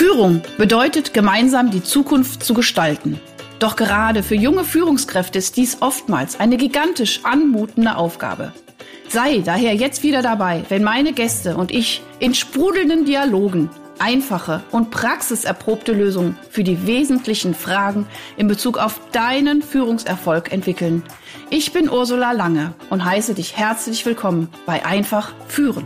Führung bedeutet, gemeinsam die Zukunft zu gestalten. Doch gerade für junge Führungskräfte ist dies oftmals eine gigantisch anmutende Aufgabe. Sei daher jetzt wieder dabei, wenn meine Gäste und ich in sprudelnden Dialogen einfache und praxiserprobte Lösungen für die wesentlichen Fragen in Bezug auf deinen Führungserfolg entwickeln. Ich bin Ursula Lange und heiße dich herzlich willkommen bei Einfach Führen.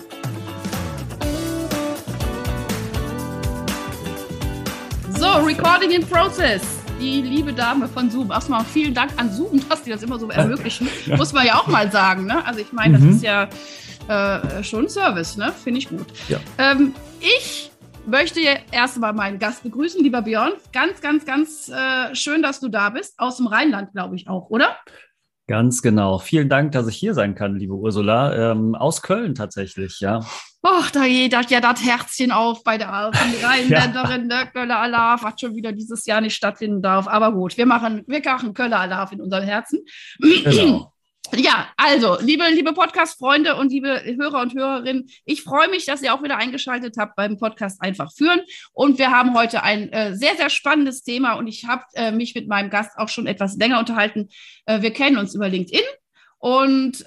So, Recording in Process. Die liebe Dame von Zoom. Erstmal vielen Dank an Zoom, dass die das immer so ermöglichen. Ja. Muss man ja auch mal sagen. Ne? Also ich meine, das ist ja schon ein Service, ne? Finde ich gut. Ja. Ich möchte erst mal meinen Gast begrüßen, lieber Björn. Ganz, ganz, ganz schön, dass du da bist. Aus dem Rheinland, glaube ich auch, oder? Ganz genau. Vielen Dank, dass ich hier sein kann, liebe Ursula. Aus Köln tatsächlich, ja. Och, da geht ja das Herzchen auf bei der Rheinländerin, der Köller Alarv, was schon wieder dieses Jahr nicht stattfinden darf. Aber gut, wir machen Köller Alarv in unseren Herzen. Genau. Ja, also, liebe Podcast-Freunde und liebe Hörer und Hörerinnen, ich freue mich, dass ihr auch wieder eingeschaltet habt beim Podcast Einfach Führen. Und wir haben heute ein sehr, sehr spannendes Thema und ich habe mich mit meinem Gast auch schon etwas länger unterhalten. Wir kennen uns über LinkedIn und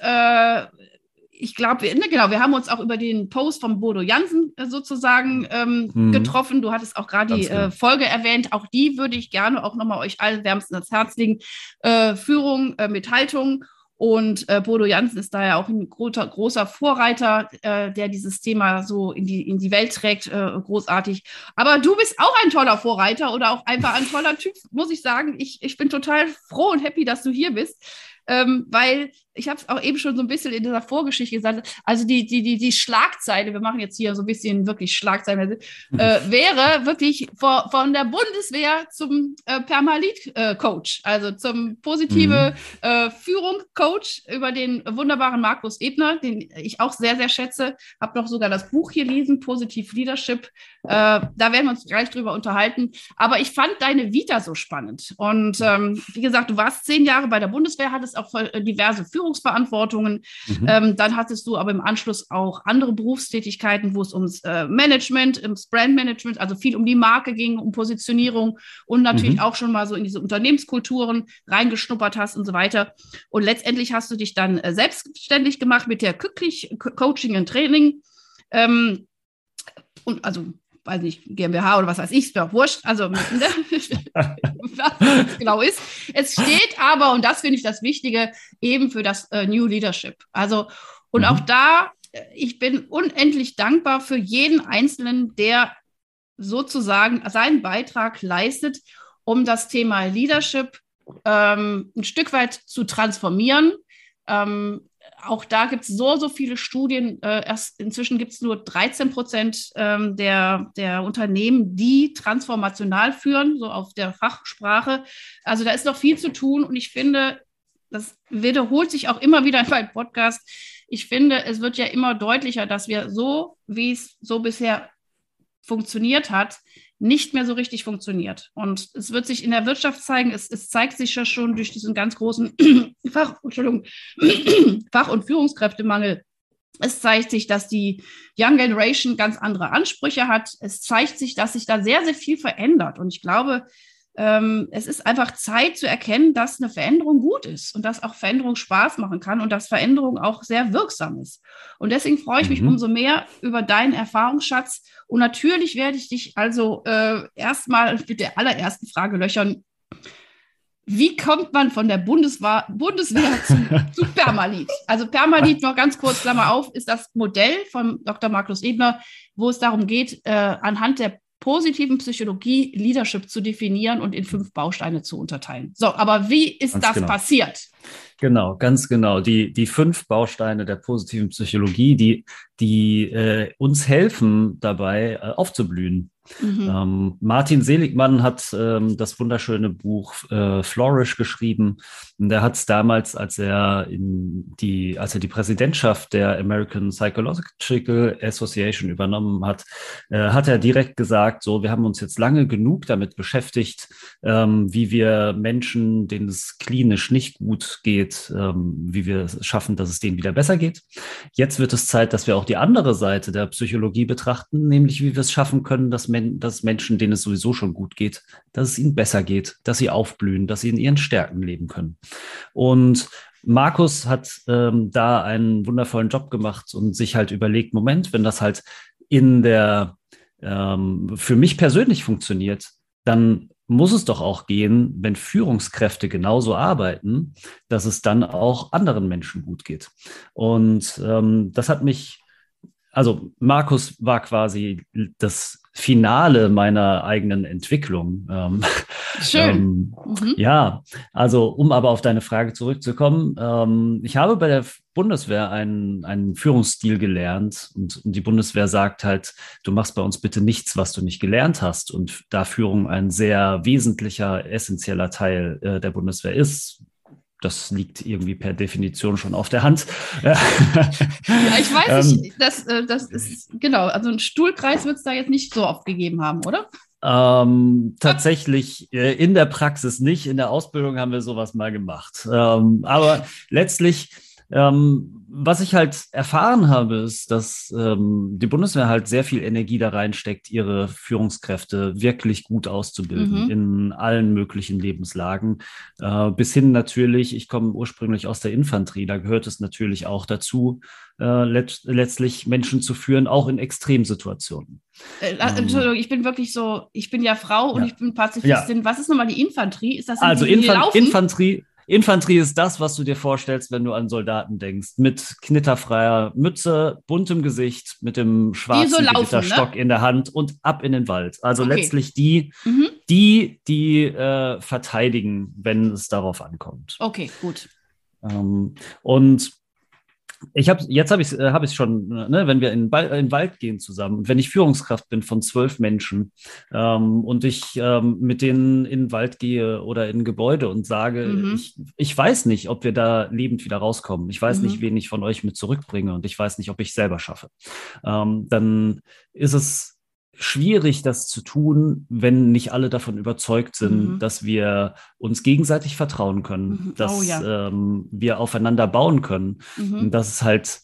ich glaube, wir haben uns auch über den Post von Bodo Jansen sozusagen getroffen. Du hattest auch gerade die Folge erwähnt. Auch die würde ich gerne auch nochmal euch allen wärmstens ans Herz legen. Führung mit Haltung. Und Bodo Jansen ist da ja auch ein großer Vorreiter, der dieses Thema so in die Welt trägt, großartig. Aber du bist auch ein toller Vorreiter oder auch einfach ein toller Typ, muss ich sagen. Ich bin total froh und happy, dass du hier bist. Weil ich habe es auch eben schon so ein bisschen in dieser Vorgeschichte gesagt, also die Schlagzeile, wir machen jetzt hier so ein bisschen wirklich Schlagzeile, wäre wirklich von der Bundeswehr zum Permalit-Coach, also zum positive Führung-Coach über den wunderbaren Markus Ebner, den ich auch sehr, sehr schätze, habe noch sogar das Buch hier gelesen, Positive Leadership, da werden wir uns gleich drüber unterhalten, aber ich fand deine Vita so spannend und wie gesagt, du warst 10 Jahre bei der Bundeswehr, hattest auch diverse Führungsverantwortungen. Dann hattest du aber im Anschluss auch andere Berufstätigkeiten, wo es ums Management, ums Brandmanagement, also viel um die Marke ging, um Positionierung und natürlich auch schon mal so in diese Unternehmenskulturen reingeschnuppert hast und so weiter. Und letztendlich hast du dich dann selbstständig gemacht mit der Kücklich Coaching und Training. Und also weiß nicht, GmbH oder was weiß ich, ist mir auch wurscht, also was das genau ist. Es steht aber, und das finde ich das Wichtige, eben für das New Leadership. Also, und auch da, ich bin unendlich dankbar für jeden Einzelnen, der sozusagen seinen Beitrag leistet, um das Thema Leadership ein Stück weit zu transformieren. Auch da gibt es so viele Studien. Inzwischen gibt es nur 13% der Unternehmen, die transformational führen, so auf der Fachsprache. Also da ist noch viel zu tun. Und ich finde, das wiederholt sich auch immer wieder in meinem Podcast. Ich finde, es wird ja immer deutlicher, dass wir so, wie es so bisher funktioniert hat, nicht mehr so richtig funktioniert. Und es wird sich in der Wirtschaft zeigen, es zeigt sich ja schon durch diesen ganz großen Fach- und Führungskräftemangel. Es zeigt sich, dass die Young Generation ganz andere Ansprüche hat. Es zeigt sich, dass sich da sehr, sehr viel verändert. Und ich glaube, es ist einfach Zeit zu erkennen, dass eine Veränderung gut ist und dass auch Veränderung Spaß machen kann und dass Veränderung auch sehr wirksam ist. Und deswegen freue ich mich umso mehr über deinen Erfahrungsschatz. Und natürlich werde ich dich also erstmal mit der allerersten Frage löchern. Wie kommt man von der Bundeswehr zu Permalit? Also Permalit, noch ganz kurz, Klammer auf, ist das Modell von Dr. Markus Ebner, wo es darum geht, anhand der positiven Psychologie Leadership zu definieren und in 5 Bausteine zu unterteilen. So, aber wie ist ganz das passiert? Genau, ganz genau. Die 5 Bausteine der positiven Psychologie, die uns helfen, dabei aufzublühen. Martin Seligmann hat das wunderschöne Buch Flourish geschrieben. Und der hat es damals, als er die Präsidentschaft der American Psychological Association übernommen hat, hat er direkt gesagt, so, wir haben uns jetzt lange genug damit beschäftigt, wie wir Menschen, denen es klinisch nicht gut geht, wie wir es schaffen, dass es denen wieder besser geht. Jetzt wird es Zeit, dass wir auch die andere Seite der Psychologie betrachten, nämlich wie wir es schaffen können, dass dass Menschen, denen es sowieso schon gut geht, dass es ihnen besser geht, dass sie aufblühen, dass sie in ihren Stärken leben können. Und Markus hat da einen wundervollen Job gemacht und sich halt überlegt, Moment, wenn das halt für mich persönlich funktioniert, dann muss es doch auch gehen, wenn Führungskräfte genauso arbeiten, dass es dann auch anderen Menschen gut geht. Und das hat mich, also Markus war quasi das Finale meiner eigenen Entwicklung. Schön. Ja, also um aber auf deine Frage zurückzukommen, ich habe bei der Bundeswehr einen Führungsstil gelernt und die Bundeswehr sagt halt, du machst bei uns bitte nichts, was du nicht gelernt hast, und da Führung ein sehr wesentlicher, essentieller Teil der Bundeswehr ist. Das liegt irgendwie per Definition schon auf der Hand. Ja, ich weiß nicht, das ist, genau, also einen Stuhlkreis wird es da jetzt nicht so oft gegeben haben, oder? Tatsächlich in der Praxis nicht. In der Ausbildung haben wir sowas mal gemacht. Aber letztlich, was ich halt erfahren habe, ist, dass die Bundeswehr halt sehr viel Energie da reinsteckt, ihre Führungskräfte wirklich gut auszubilden in allen möglichen Lebenslagen. Bis hin natürlich, ich komme ursprünglich aus der Infanterie, da gehört es natürlich auch dazu, letztlich Menschen zu führen, auch in Extremsituationen. Entschuldigung, ich bin ja Frau und ich bin Pazifistin. Ja. Was ist nochmal die Infanterie? Ist das also Infanterie ist das, was du dir vorstellst, wenn du an Soldaten denkst. Mit knitterfreier Mütze, buntem Gesicht, mit dem schwarzen Gewitterstock in der Hand und ab in den Wald. Also letztlich die verteidigen, wenn es darauf ankommt. Okay, gut. Und habe ich schon, ne, wenn wir in den Wald gehen zusammen und wenn ich Führungskraft bin von 12 Menschen und ich mit denen in den Wald gehe oder in ein Gebäude und sage, ich weiß nicht, ob wir da lebend wieder rauskommen. Ich weiß nicht, wen ich von euch mit zurückbringe und ich weiß nicht, ob ich es selber schaffe. Dann ist es schwierig, das zu tun, wenn nicht alle davon überzeugt sind, dass wir uns gegenseitig vertrauen können, dass wir aufeinander bauen können. Und das ist halt,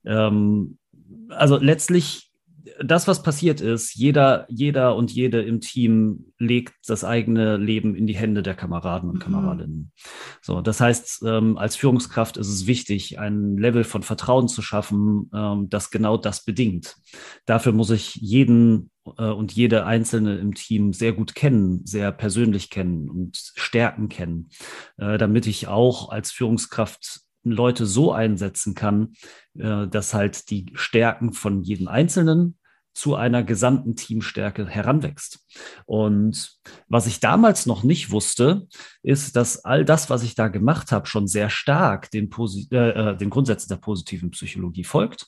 also letztlich das, was passiert ist, jeder und jede im Team legt das eigene Leben in die Hände der Kameraden und Kameradinnen. So, das heißt, als Führungskraft ist es wichtig, ein Level von Vertrauen zu schaffen, das genau das bedingt. Dafür muss ich jeden und jede Einzelne im Team sehr gut kennen, sehr persönlich kennen und Stärken kennen, damit ich auch als Führungskraft Leute so einsetzen kann, dass halt die Stärken von jedem Einzelnen zu einer gesamten Teamstärke heranwächst. Und was ich damals noch nicht wusste, ist, dass all das, was ich da gemacht habe, schon sehr stark den Grundsätzen der positiven Psychologie folgt.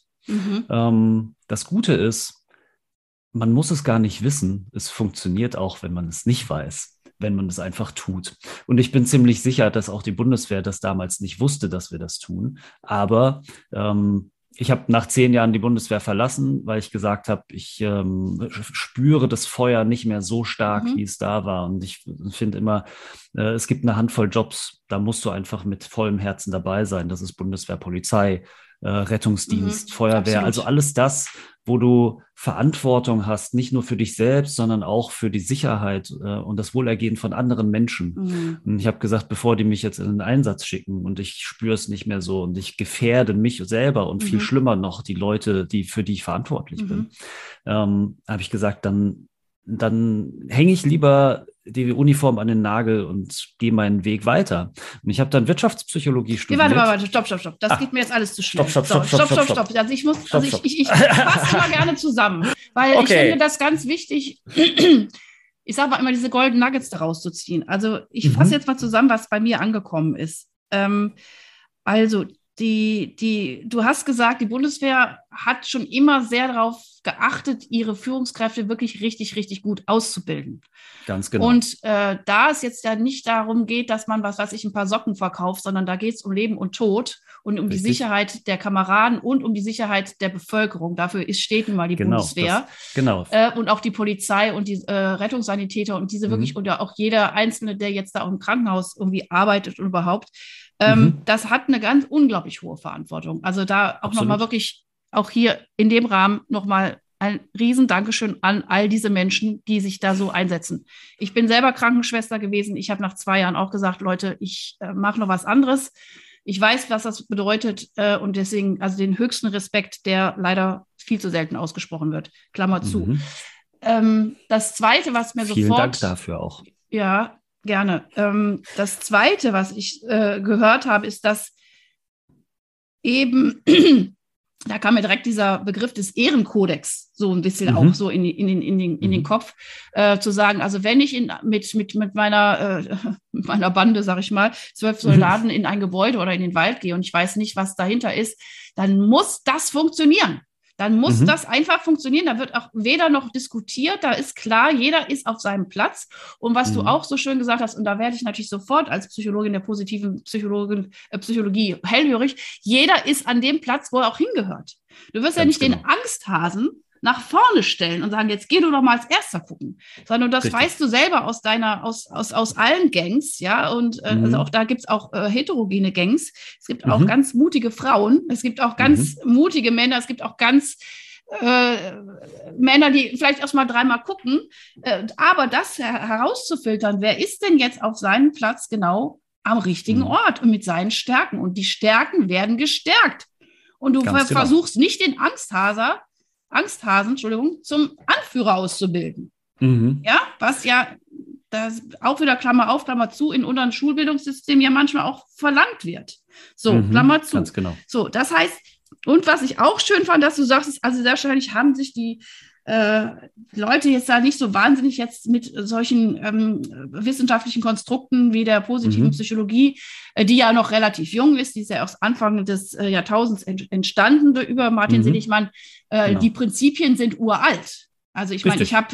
Das Gute ist, man muss es gar nicht wissen. Es funktioniert auch, wenn man es nicht weiß, wenn man es einfach tut. Und ich bin ziemlich sicher, dass auch die Bundeswehr das damals nicht wusste, dass wir das tun. Aber ich habe nach 10 Jahren die Bundeswehr verlassen, weil ich gesagt habe, ich spüre das Feuer nicht mehr so stark, wie es da war. Und ich finde immer, es gibt eine Handvoll Jobs, da musst du einfach mit vollem Herzen dabei sein. Das ist Bundeswehr, Polizei, Rettungsdienst, Feuerwehr, absolut. Also alles das, wo du Verantwortung hast, nicht nur für dich selbst, sondern auch für die Sicherheit und das Wohlergehen von anderen Menschen. Und ich habe gesagt, bevor die mich jetzt in den Einsatz schicken und ich spüre es nicht mehr so und ich gefährde mich selber und viel schlimmer noch die Leute, für die ich verantwortlich bin, habe ich gesagt, dann hänge ich lieber die Uniform an den Nagel und gehe meinen Weg weiter. Und ich habe dann Wirtschaftspsychologie studiert. Warte, stopp. Das geht mir jetzt alles zu schnell. Stopp. Also ich fasse immer gerne zusammen, weil ich finde das ganz wichtig, ich sage mal immer, diese Golden Nuggets daraus zu ziehen. Also ich fasse jetzt mal zusammen, was bei mir angekommen ist. Also du hast gesagt, die Bundeswehr hat schon immer sehr darauf geachtet, ihre Führungskräfte wirklich richtig, richtig gut auszubilden. Ganz genau. Und da es jetzt ja nicht darum geht, dass man, ein paar Socken verkauft, sondern da geht es um Leben und Tod und um die Sicherheit der Kameraden und um die Sicherheit der Bevölkerung. Dafür steht nun mal die Bundeswehr. Und auch die Polizei und die Rettungssanitäter und diese wirklich, und auch jeder Einzelne, der jetzt da auch im Krankenhaus irgendwie arbeitet und überhaupt, das hat eine ganz unglaublich hohe Verantwortung. Also da auch nochmal wirklich, auch hier in dem Rahmen nochmal ein riesen Dankeschön an all diese Menschen, die sich da so einsetzen. Ich bin selber Krankenschwester gewesen. Ich habe nach 2 Jahren auch gesagt, Leute, ich mache noch was anderes. Ich weiß, was das bedeutet und deswegen also den höchsten Respekt, der leider viel zu selten ausgesprochen wird. Klammer zu. Das Zweite, was mir Vielen sofort... Dank dafür auch. Ja, gerne. Das Zweite, was ich gehört habe, ist, dass eben, da kam mir direkt dieser Begriff des Ehrenkodex so ein bisschen auch so in den Kopf, zu sagen, also wenn ich mit meiner Bande, sag ich mal, 12 Soldaten in ein Gebäude oder in den Wald gehe und ich weiß nicht, was dahinter ist, dann muss das funktionieren. Dann muss das einfach funktionieren. Da wird auch weder noch diskutiert. Da ist klar, jeder ist auf seinem Platz. Und was du auch so schön gesagt hast, und da werde ich natürlich sofort als Psychologin der positiven Psychologie hellhörig, jeder ist an dem Platz, wo er auch hingehört. Du wirst ja nicht den Angsthasen nach vorne stellen und sagen, jetzt geh du doch mal als Erster gucken, sondern das weißt du selber aus allen Gangs, ja, und also auch da gibt es auch heterogene Gangs, es gibt auch ganz mutige Frauen, es gibt auch ganz mutige Männer, es gibt auch ganz Männer, die vielleicht erst mal 3-mal gucken, aber das herauszufiltern, wer ist denn jetzt auf seinem Platz genau am richtigen Ort und mit seinen Stärken, und die Stärken werden gestärkt und du versuchst nicht den Angsthasen, zum Anführer auszubilden. Ja, was ja das auch wieder Klammer auf, Klammer zu, in unserem Schulbildungssystem ja manchmal auch verlangt wird. So, Klammer zu. Ganz genau. So, das heißt, und was ich auch schön fand, dass du sagst, ist, also sehr wahrscheinlich haben sich die Leute jetzt da nicht so wahnsinnig jetzt mit solchen wissenschaftlichen Konstrukten wie der positiven Psychologie, die ja noch relativ jung ist, die ist ja aus Anfang des Jahrtausends entstanden über Martin Seligmann. Die Prinzipien sind uralt. Also ich meine, ich habe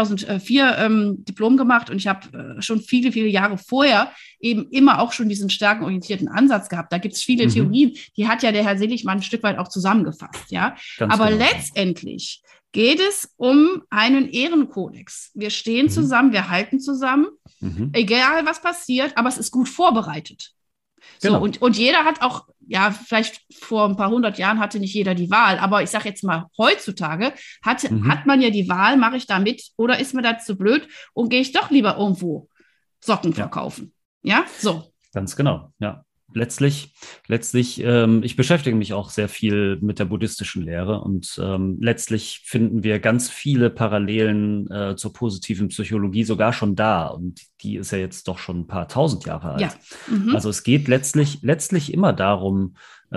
2004 Diplom gemacht und ich habe schon viele, viele Jahre vorher eben immer auch schon diesen stärkenorientierten Ansatz gehabt. Da gibt es viele Theorien, die hat ja der Herr Seligmann ein Stück weit auch zusammengefasst. Ja? Aber letztendlich geht es um einen Ehrenkodex. Wir stehen zusammen, wir halten zusammen, egal was passiert, aber es ist gut vorbereitet. So, und jeder hat auch, ja, vielleicht vor ein paar 100 Jahren hatte nicht jeder die Wahl, aber ich sage jetzt mal, heutzutage hat man ja die Wahl, mache ich da mit oder ist mir das zu blöd und gehe ich doch lieber irgendwo Socken verkaufen. Ja, so. Ganz genau, ja. Letztlich, ich beschäftige mich auch sehr viel mit der buddhistischen Lehre und letztlich finden wir ganz viele Parallelen zur positiven Psychologie sogar schon da, und die ist ja jetzt doch schon ein paar 1000 Jahre alt. Ja. Also es geht letztlich immer darum,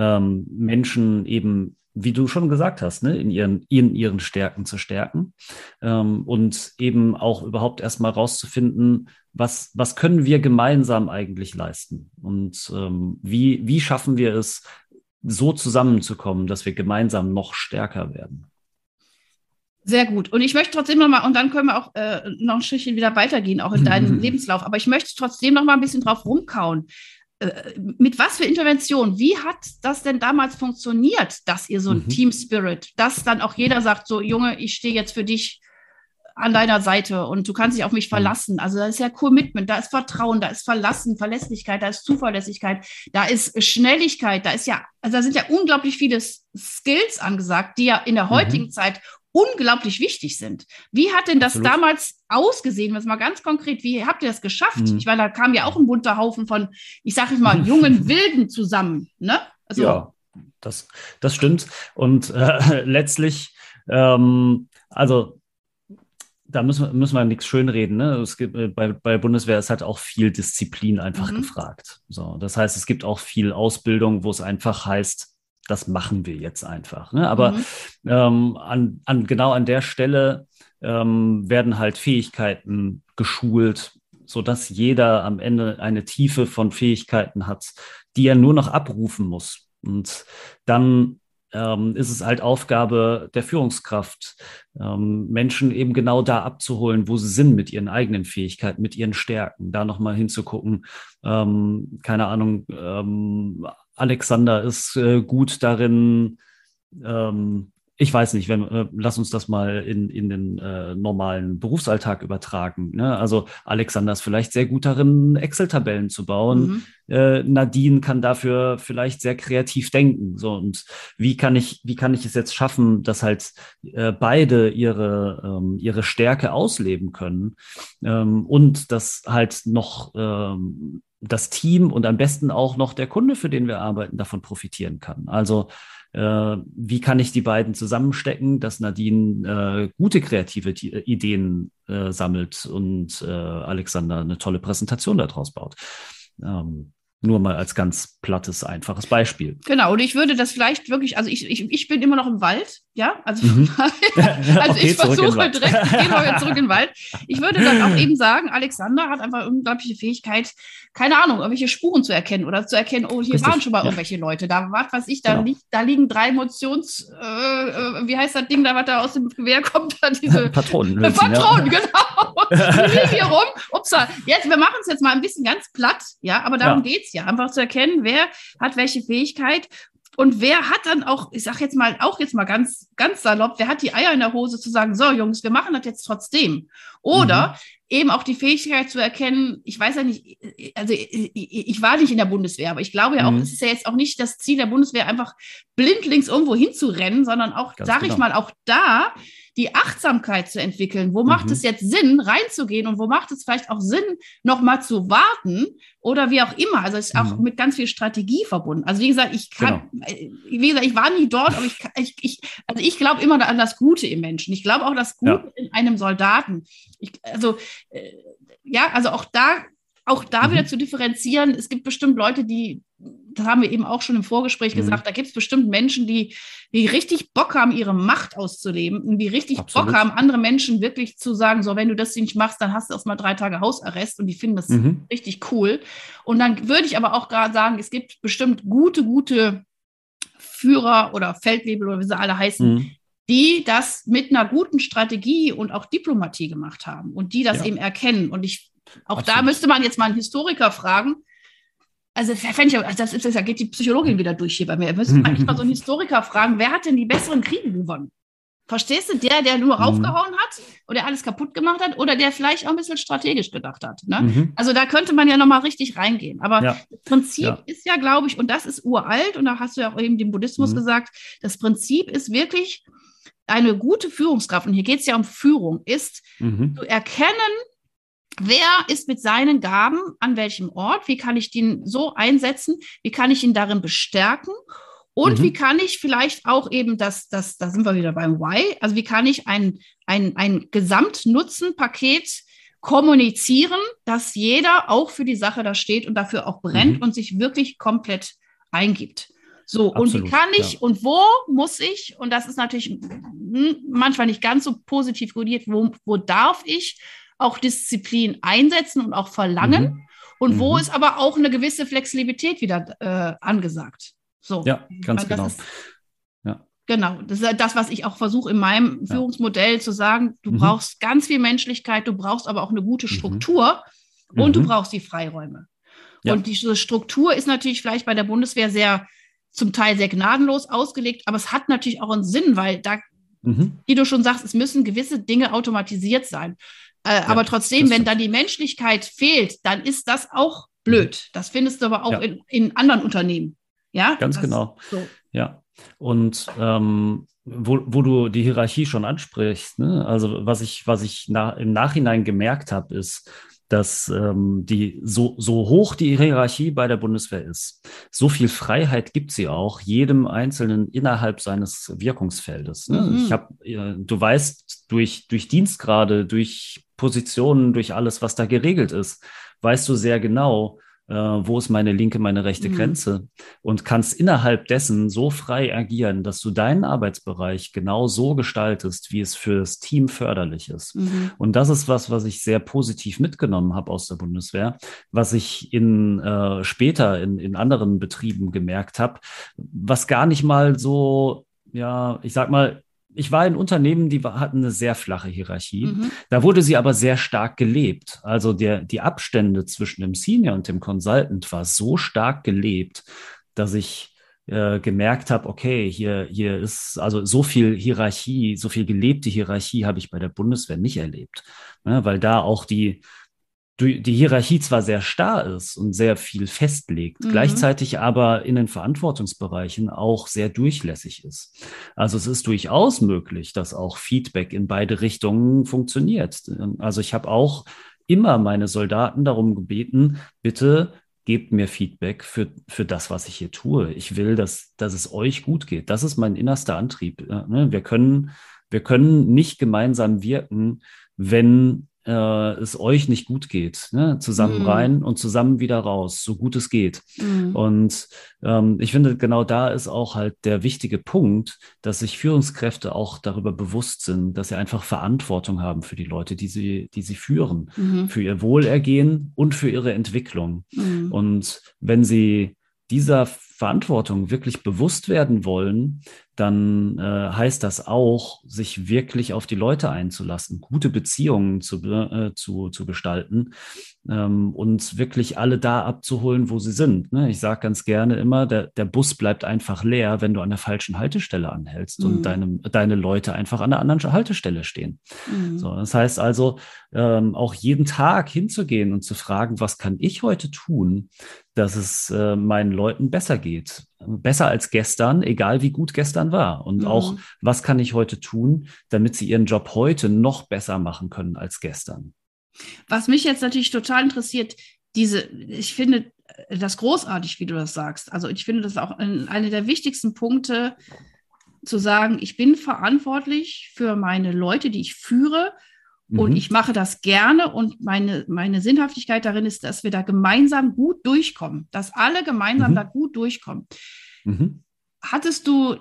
Menschen eben, wie du schon gesagt hast, ne, in ihren Stärken zu stärken und eben auch überhaupt erstmal rauszufinden, was können wir gemeinsam eigentlich leisten und wie schaffen wir es, so zusammenzukommen, dass wir gemeinsam noch stärker werden. Sehr gut. Und ich möchte trotzdem nochmal, und dann können wir auch noch ein Stückchen wieder weitergehen, auch in deinem Lebenslauf, aber ich möchte trotzdem noch mal ein bisschen drauf rumkauen. Mit was für Intervention? Wie hat das denn damals funktioniert, dass ihr so ein Team Spirit, dass dann auch jeder sagt, so Junge, ich stehe jetzt für dich an deiner Seite und du kannst dich auf mich verlassen. Also da ist ja Commitment, da ist Vertrauen, da ist Verlässlichkeit, da ist Zuverlässigkeit, da ist Schnelligkeit, also da sind ja unglaublich viele Skills angesagt, die ja in der heutigen Zeit unglaublich wichtig sind. Wie hat denn das damals ausgesehen? Was mal ganz konkret, wie habt ihr das geschafft? Ich meine, da kam ja auch ein bunter Haufen von, ich sage mal, jungen Wilden zusammen. Ne? Also, ja, das stimmt. Und letztlich, also da müssen wir nichts schönreden. Ne? Es gibt, bei Bundeswehr ist halt auch viel Disziplin einfach gefragt. So, das heißt, es gibt auch viel Ausbildung, wo es einfach heißt, das machen wir jetzt einfach. Ne? Aber genau an der Stelle werden halt Fähigkeiten geschult, sodass jeder am Ende eine Tiefe von Fähigkeiten hat, die er nur noch abrufen muss. Und dann ist es halt Aufgabe der Führungskraft, Menschen eben genau da abzuholen, wo sie sind mit ihren eigenen Fähigkeiten, mit ihren Stärken, da nochmal hinzugucken. Keine Ahnung, Alexander ist gut darin, ich weiß nicht, lass uns das mal in den normalen Berufsalltag übertragen. Ne? Also Alexander ist vielleicht sehr gut darin, Excel-Tabellen zu bauen. Nadine kann dafür vielleicht sehr kreativ denken. So, und wie kann ich es jetzt schaffen, dass halt beide ihre Stärke ausleben können, und dass halt noch das Team und am besten auch noch der Kunde, für den wir arbeiten, davon profitieren kann. Also wie kann ich die beiden zusammenstecken, dass Nadine gute kreative Ideen sammelt und Alexander eine tolle Präsentation daraus baut. Nur mal als ganz plattes, einfaches Beispiel. Genau, und ich würde das vielleicht wirklich, also ich bin immer noch im Wald, ja, also, also okay, ich versuche direkt, ich gehe mal zurück in den Wald. Ich würde dann auch eben sagen, Alexander hat einfach unglaubliche Fähigkeit, keine Ahnung, irgendwelche Spuren zu erkennen oder zu erkennen, oh, hier waren schon mal irgendwelche Leute, da was weiß ich, da liegen 3 wie heißt das Ding da, was da aus dem Gewehr kommt, da diese Patronen, genau, die liegen hier rum, upsa, wir machen es jetzt mal ein bisschen ganz platt, ja, aber darum geht's ja, einfach zu erkennen, wer hat welche Fähigkeit und wer hat dann auch, ich sage jetzt mal, ganz, ganz salopp, wer hat die Eier in der Hose zu sagen, so Jungs, wir machen das jetzt trotzdem. Oder eben auch die Fähigkeit zu erkennen, ich weiß ja nicht, also ich war nicht in der Bundeswehr, aber ich glaube ja auch, es ist ja jetzt auch nicht das Ziel der Bundeswehr, einfach blindlings irgendwo hinzurennen, sondern auch, sage ich mal, auch da die Achtsamkeit zu entwickeln. Wo macht es jetzt Sinn, reinzugehen und wo macht es vielleicht auch Sinn, nochmal zu warten oder wie auch immer. Also es ist auch mit ganz viel Strategie verbunden. Also wie gesagt, ich war nie dort, aber ich glaube immer an das Gute im Menschen. Ich glaube auch das Gute in einem Soldaten. Also auch da wieder zu differenzieren. Es gibt bestimmt Leute, das haben wir eben auch schon im Vorgespräch gesagt, da gibt es bestimmt Menschen, die richtig Bock haben, ihre Macht auszuleben und die richtig Bock haben, andere Menschen wirklich zu sagen, so, wenn du das nicht machst, dann hast du erstmal 3 Tage Hausarrest und die finden das richtig cool. Und dann würde ich aber auch gerade sagen, es gibt bestimmt gute Führer oder Feldwebel oder wie sie alle heißen, die das mit einer guten Strategie und auch Diplomatie gemacht haben und die das eben erkennen. Und da müsste man jetzt mal einen Historiker fragen. Also da geht die Psychologin wieder durch hier bei mir. Da müsste man eigentlich mal so einen Historiker fragen, wer hat denn die besseren Kriege gewonnen? Verstehst du? Der nur raufgehauen hat oder alles kaputt gemacht hat oder der vielleicht auch ein bisschen strategisch gedacht hat. Ne? Also da könnte man ja nochmal richtig reingehen. Aber das Prinzip ist ja, glaube ich, und das ist uralt, und da hast du ja auch eben den Buddhismus gesagt, das Prinzip ist wirklich eine gute Führungskraft, und hier geht es ja um Führung, ist zu erkennen, wer ist mit seinen Gaben an welchem Ort, wie kann ich den so einsetzen, wie kann ich ihn darin bestärken und wie kann ich vielleicht auch eben, da sind wir wieder beim Why, also wie kann ich ein Gesamtnutzenpaket kommunizieren, dass jeder auch für die Sache da steht und dafür auch brennt und sich wirklich komplett eingibt. So, absolut, und wie kann ich und wo muss ich, und das ist natürlich manchmal nicht ganz so positiv kodiert, wo darf ich auch Disziplin einsetzen und auch verlangen und wo ist aber auch eine gewisse Flexibilität wieder angesagt. So, ja, ganz genau. Genau, das ist das, was ich auch versuche in meinem Führungsmodell zu sagen. Du brauchst ganz viel Menschlichkeit, du brauchst aber auch eine gute Struktur und du brauchst die Freiräume. Ja. Und diese Struktur ist natürlich vielleicht bei der Bundeswehr zum Teil sehr gnadenlos ausgelegt, aber es hat natürlich auch einen Sinn, weil da, wie du schon sagst, es müssen gewisse Dinge automatisiert sein. Aber trotzdem, wenn dann die Menschlichkeit fehlt, dann ist das auch blöd. Das findest du aber auch in anderen Unternehmen. Ja, ganz genau. So. Ja, und wo du die Hierarchie schon ansprichst, ne? Also was ich im Nachhinein gemerkt habe, ist, dass so hoch die Hierarchie bei der Bundeswehr ist, so viel Freiheit gibt sie auch jedem Einzelnen innerhalb seines Wirkungsfeldes. Ne? Du weißt, durch Dienstgrade, durch Positionen, durch alles, was da geregelt ist, weißt du sehr genau, wo ist meine linke, meine rechte Grenze, und kannst innerhalb dessen so frei agieren, dass du deinen Arbeitsbereich genau so gestaltest, wie es für das Team förderlich ist. Und das ist was ich sehr positiv mitgenommen habe aus der Bundeswehr, was ich später in anderen Betrieben gemerkt habe, was gar nicht mal so, ja, ich sag mal, ich war in Unternehmen, die hatten eine sehr flache Hierarchie. Da wurde sie aber sehr stark gelebt. Also die Abstände zwischen dem Senior und dem Consultant war so stark gelebt, dass ich gemerkt habe, okay, hier ist also so viel Hierarchie, so viel gelebte Hierarchie habe ich bei der Bundeswehr nicht erlebt, ne? Weil da auch die Hierarchie zwar sehr starr ist und sehr viel festlegt, gleichzeitig aber in den Verantwortungsbereichen auch sehr durchlässig ist. Also es ist durchaus möglich, dass auch Feedback in beide Richtungen funktioniert. Also ich habe auch immer meine Soldaten darum gebeten, bitte gebt mir Feedback für das, was ich hier tue. Ich will, dass es euch gut geht. Das ist mein innerster Antrieb. Ne? Wir können nicht gemeinsam wirken, wenn es euch nicht gut geht. Ne? Zusammen rein und zusammen wieder raus, so gut es geht. Und ich finde, genau da ist auch halt der wichtige Punkt, dass sich Führungskräfte auch darüber bewusst sind, dass sie einfach Verantwortung haben für die Leute, die sie führen, für ihr Wohlergehen und für ihre Entwicklung. Und wenn sie dieser Verantwortung wirklich bewusst werden wollen, dann heißt das auch, sich wirklich auf die Leute einzulassen, gute Beziehungen zu gestalten und wirklich alle da abzuholen, wo sie sind. Ne? Ich sage ganz gerne immer, der Bus bleibt einfach leer, wenn du an der falschen Haltestelle anhältst und deine Leute einfach an der anderen Haltestelle stehen. So, das heißt also, auch jeden Tag hinzugehen und zu fragen, was kann ich heute tun, dass es meinen Leuten besser geht. Besser als gestern, egal wie gut gestern war. Und auch, was kann ich heute tun, damit sie ihren Job heute noch besser machen können als gestern. Was mich jetzt natürlich total interessiert, ich finde das großartig, wie du das sagst. Also ich finde das auch eine der wichtigsten Punkte, zu sagen, ich bin verantwortlich für meine Leute, die ich führe. Und ich mache das gerne und meine Sinnhaftigkeit darin ist, dass wir da gemeinsam gut durchkommen, dass alle gemeinsam da gut durchkommen. Hattest du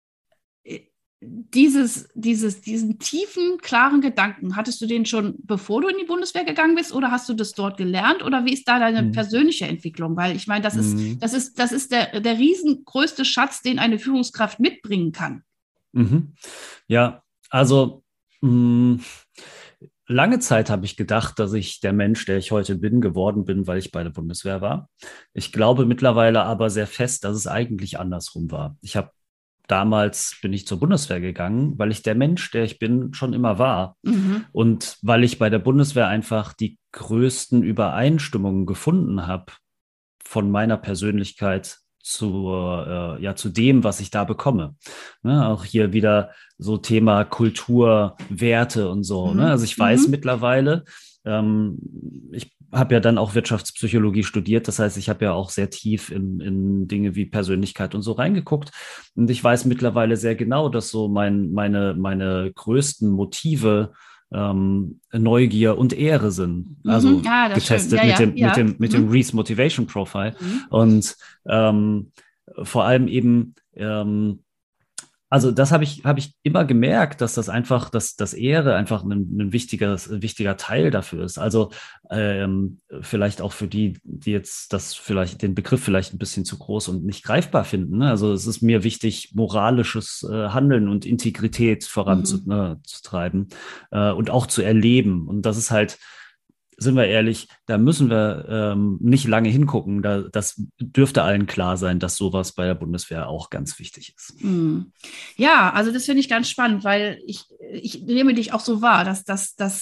diesen tiefen, klaren Gedanken, hattest du den schon, bevor du in die Bundeswehr gegangen bist, oder hast du das dort gelernt, oder wie ist da deine persönliche Entwicklung? Weil ich meine, das ist der riesengrößte Schatz, den eine Führungskraft mitbringen kann. Ja, also lange Zeit habe ich gedacht, dass ich der Mensch, der ich heute bin, geworden bin, weil ich bei der Bundeswehr war. Ich glaube mittlerweile aber sehr fest, dass es eigentlich andersrum war. Damals bin ich zur Bundeswehr gegangen, weil ich der Mensch, der ich bin, schon immer war. Und weil ich bei der Bundeswehr einfach die größten Übereinstimmungen gefunden habe von meiner Persönlichkeit zu dem, was ich da bekomme. Ne, auch hier wieder so Thema Kultur, Werte und so. Ne? Also ich weiß mittlerweile, ich habe ja dann auch Wirtschaftspsychologie studiert, das heißt, ich habe ja auch sehr tief in Dinge wie Persönlichkeit und so reingeguckt. Und ich weiß mittlerweile sehr genau, dass so meine größten Motive Neugier und Ehre sind. Also getestet mit dem Reese Motivation Profile. Und vor allem eben, also das habe ich immer gemerkt, dass dass Ehre einfach ein wichtiger Teil dafür ist. Also vielleicht auch für die jetzt den Begriff vielleicht ein bisschen zu groß und nicht greifbar finden. Ne? Also es ist mir wichtig, moralisches Handeln und Integrität voranzutreiben und auch zu erleben. Und das ist halt, sind wir ehrlich, da müssen wir nicht lange hingucken. Das dürfte allen klar sein, dass sowas bei der Bundeswehr auch ganz wichtig ist. Ja, also das finde ich ganz spannend, weil ich nehme dich auch so wahr, dass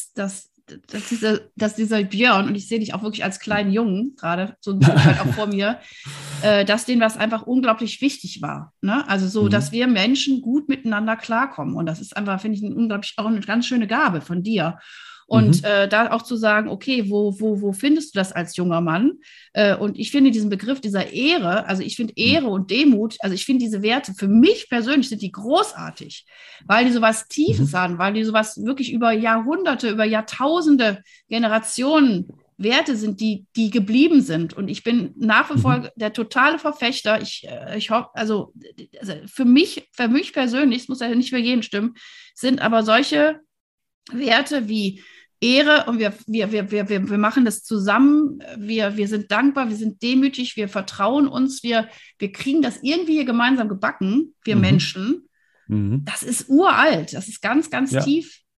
dieser Björn, und ich sehe dich auch wirklich als kleinen Jungen, gerade so ein Stück weit auch vor mir, dass denen was einfach unglaublich wichtig war. Ne? Also so, dass wir Menschen gut miteinander klarkommen. Und das ist einfach, finde ich, auch eine ganz schöne Gabe von dir. Und da auch zu sagen, okay, wo findest du das als junger Mann? Und ich finde diesen Begriff dieser Ehre, also ich finde Ehre und Demut, also ich finde diese Werte, für mich persönlich sind die großartig, weil die sowas Tiefes haben, weil die sowas wirklich über Jahrhunderte, über Jahrtausende, Generationen Werte sind, die geblieben sind. Und ich bin nach wie vor der totale Verfechter. Ich hoffe, also für mich persönlich, es muss ja nicht für jeden stimmen, sind aber solche Werte wie Ehre, und wir machen das zusammen, wir sind dankbar, wir sind demütig, wir vertrauen uns, wir kriegen das irgendwie hier gemeinsam gebacken, wir Menschen. Das ist uralt, das ist ganz, ganz tief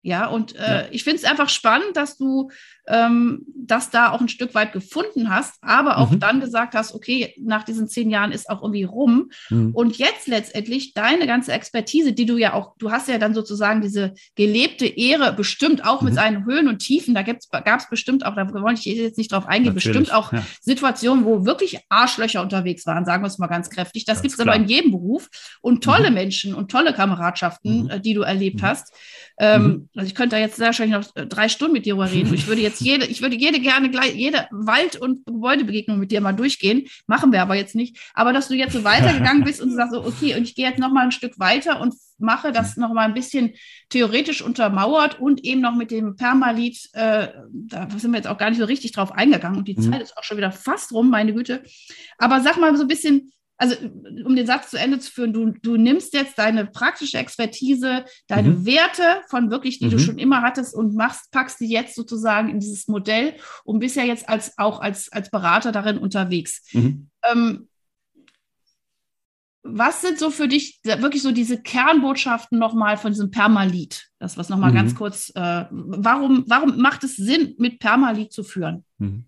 Ja, und ich finde es einfach spannend, dass du das da auch ein Stück weit gefunden hast, aber auch dann gesagt hast, okay, nach diesen 10 Jahren ist auch irgendwie rum. Und jetzt letztendlich deine ganze Expertise, die du hast ja dann sozusagen diese gelebte Ehre, bestimmt auch mit seinen Höhen und Tiefen, da gab es bestimmt auch, da wollte ich jetzt nicht drauf eingehen, Natürlich, bestimmt auch Situationen, wo wirklich Arschlöcher unterwegs waren, sagen wir es mal ganz kräftig. Das gibt es aber in jedem Beruf und tolle Menschen und tolle Kameradschaften, die du erlebt hast. Also ich könnte da jetzt wahrscheinlich noch 3 Stunden mit dir darüber reden. Ich würde jede Wald- und Gebäudebegegnung mit dir mal durchgehen. Machen wir aber jetzt nicht. Aber dass du jetzt so weitergegangen bist und du sagst so, okay, und ich gehe jetzt noch mal ein Stück weiter und mache das noch mal ein bisschen theoretisch untermauert und eben noch mit dem Permalit, da sind wir jetzt auch gar nicht so richtig drauf eingegangen und die Zeit ist auch schon wieder fast rum, meine Güte. Aber sag mal so ein bisschen, also um den Satz zu Ende zu führen, du nimmst jetzt deine praktische Expertise, deine Werte von wirklich, die du schon immer hattest und packst die jetzt sozusagen in dieses Modell und bist ja jetzt auch als Berater darin unterwegs. Was sind so für dich wirklich so diese Kernbotschaften nochmal von diesem Permalit? Das was nochmal ganz kurz, warum macht es Sinn, mit Permalit zu führen?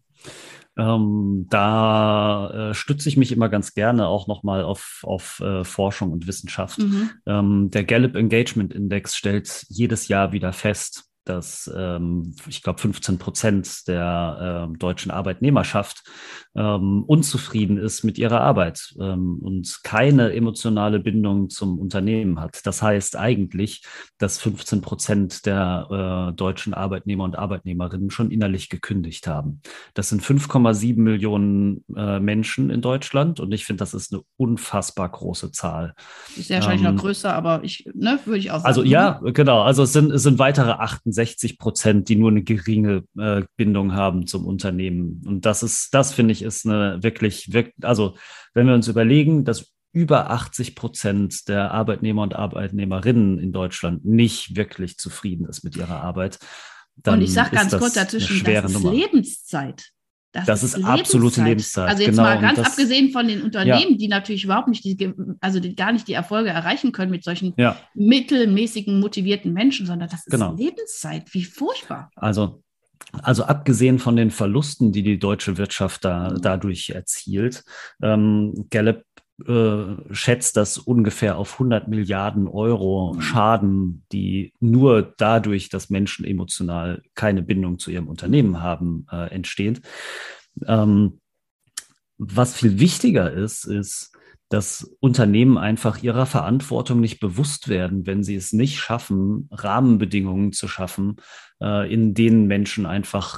Da stütze ich mich immer ganz gerne auch nochmal auf Forschung und Wissenschaft. Der Gallup Engagement Index stellt jedes Jahr wieder fest, dass ich glaube 15% der deutschen Arbeitnehmerschaft unzufrieden ist mit ihrer Arbeit und keine emotionale Bindung zum Unternehmen hat. Das heißt eigentlich, dass 15% der deutschen Arbeitnehmer und Arbeitnehmerinnen schon innerlich gekündigt haben. Das sind 5,7 Millionen Menschen in Deutschland und ich finde, das ist eine unfassbar große Zahl. Ist ja wahrscheinlich noch größer, aber würde ich auch sagen. Also ja, genau. Also es sind weitere 68%, die nur eine geringe Bindung haben zum Unternehmen. Und das finde ich, ist eine wirklich, also wenn wir uns überlegen, dass über 80% der Arbeitnehmer und Arbeitnehmerinnen in Deutschland nicht wirklich zufrieden ist mit ihrer Arbeit, dann und ich sage ganz kurz dazwischen, das ist Lebenszeit. Das ist absolute Lebenszeit. Also jetzt mal ganz abgesehen von den Unternehmen, die natürlich überhaupt nicht, die gar nicht die Erfolge erreichen können mit solchen mittelmäßigen, motivierten Menschen, sondern das ist Lebenszeit. Wie furchtbar. Also abgesehen von den Verlusten, die die deutsche Wirtschaft dadurch erzielt, Gallup schätzt, dass ungefähr auf 100 Milliarden Euro Schaden, die nur dadurch, dass Menschen emotional keine Bindung zu ihrem Unternehmen haben, entsteht. Was viel wichtiger ist, dass Unternehmen einfach ihrer Verantwortung nicht bewusst werden, wenn sie es nicht schaffen, Rahmenbedingungen zu schaffen, in denen Menschen einfach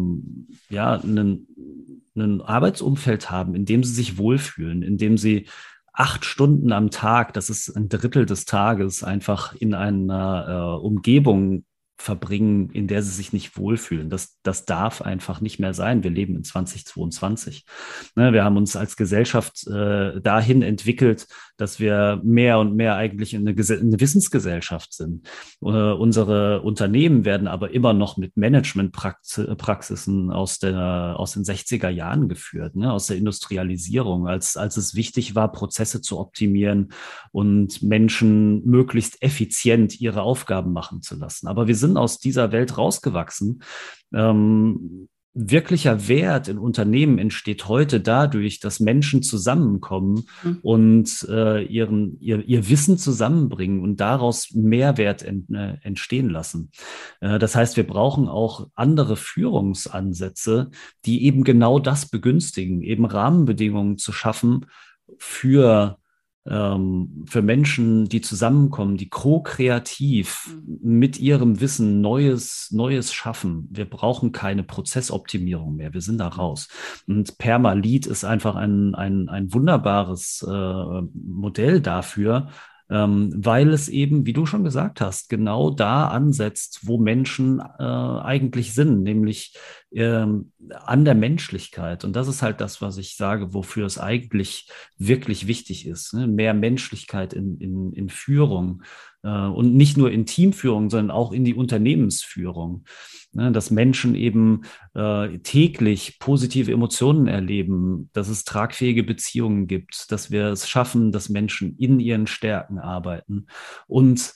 ein Arbeitsumfeld haben, in dem sie sich wohlfühlen, in dem sie 8 Stunden am Tag, das ist ein Drittel des Tages, einfach in einer Umgebung verbringen, in der sie sich nicht wohlfühlen. Das darf einfach nicht mehr sein. Wir leben in 2022. Wir haben uns als Gesellschaft dahin entwickelt, dass wir mehr und mehr eigentlich eine Wissensgesellschaft sind. Unsere Unternehmen werden aber immer noch mit Managementpraxisen aus den 60er Jahren geführt, aus der Industrialisierung, als es wichtig war, Prozesse zu optimieren und Menschen möglichst effizient ihre Aufgaben machen zu lassen. Aber wir sind aus dieser Welt rausgewachsen. Wirklicher Wert in Unternehmen entsteht heute dadurch, dass Menschen zusammenkommen und ihr Wissen zusammenbringen und daraus Mehrwert entstehen lassen. Das heißt, wir brauchen auch andere Führungsansätze, die eben genau das begünstigen, eben Rahmenbedingungen zu schaffen für Menschen, die zusammenkommen, die ko-kreativ mit ihrem Wissen Neues schaffen. Wir brauchen keine Prozessoptimierung mehr. Wir sind da raus. Und Permalit ist einfach ein wunderbares Modell dafür, weil es eben, wie du schon gesagt hast, genau da ansetzt, wo Menschen eigentlich sind, nämlich an der Menschlichkeit. Und das ist halt das, was ich sage, wofür es eigentlich wirklich wichtig ist. Ne? Mehr Menschlichkeit in Führung und nicht nur in Teamführung, sondern auch in die Unternehmensführung. Ne? Dass Menschen eben täglich positive Emotionen erleben, dass es tragfähige Beziehungen gibt, dass wir es schaffen, dass Menschen in ihren Stärken arbeiten und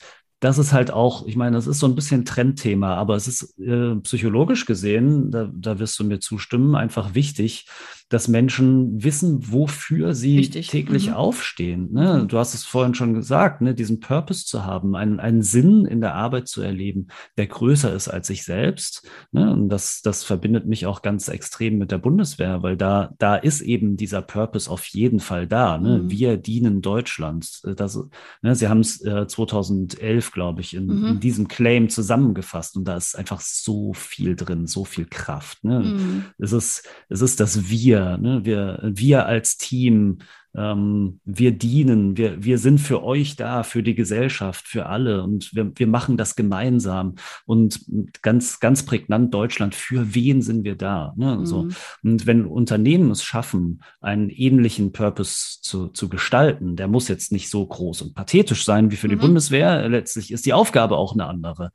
das ist halt auch, ich meine, das ist so ein bisschen Trendthema, aber es ist psychologisch gesehen, da wirst du mir zustimmen, einfach wichtig, dass Menschen wissen, wofür sie Richtig. täglich aufstehen. Ne? Du hast es vorhin schon gesagt, ne? Diesen Purpose zu haben, einen Sinn in der Arbeit zu erleben, der größer ist als sich selbst. Ne? Und das verbindet mich auch ganz extrem mit der Bundeswehr, weil da ist eben dieser Purpose auf jeden Fall da. Ne? Wir dienen Deutschland. Ne? Sie haben es 2011, glaube ich, in diesem Claim zusammengefasst. Und da ist einfach so viel drin, so viel Kraft. Ne? Es ist das Wir, ne? Wir als Team, wir dienen, wir sind für euch da, für die Gesellschaft, für alle und wir machen das gemeinsam und ganz, ganz prägnant Deutschland, für wen sind wir da? Ne? So. Und wenn Unternehmen es schaffen, einen ähnlichen Purpose zu gestalten, der muss jetzt nicht so groß und pathetisch sein wie für die Bundeswehr, letztlich ist die Aufgabe auch eine andere.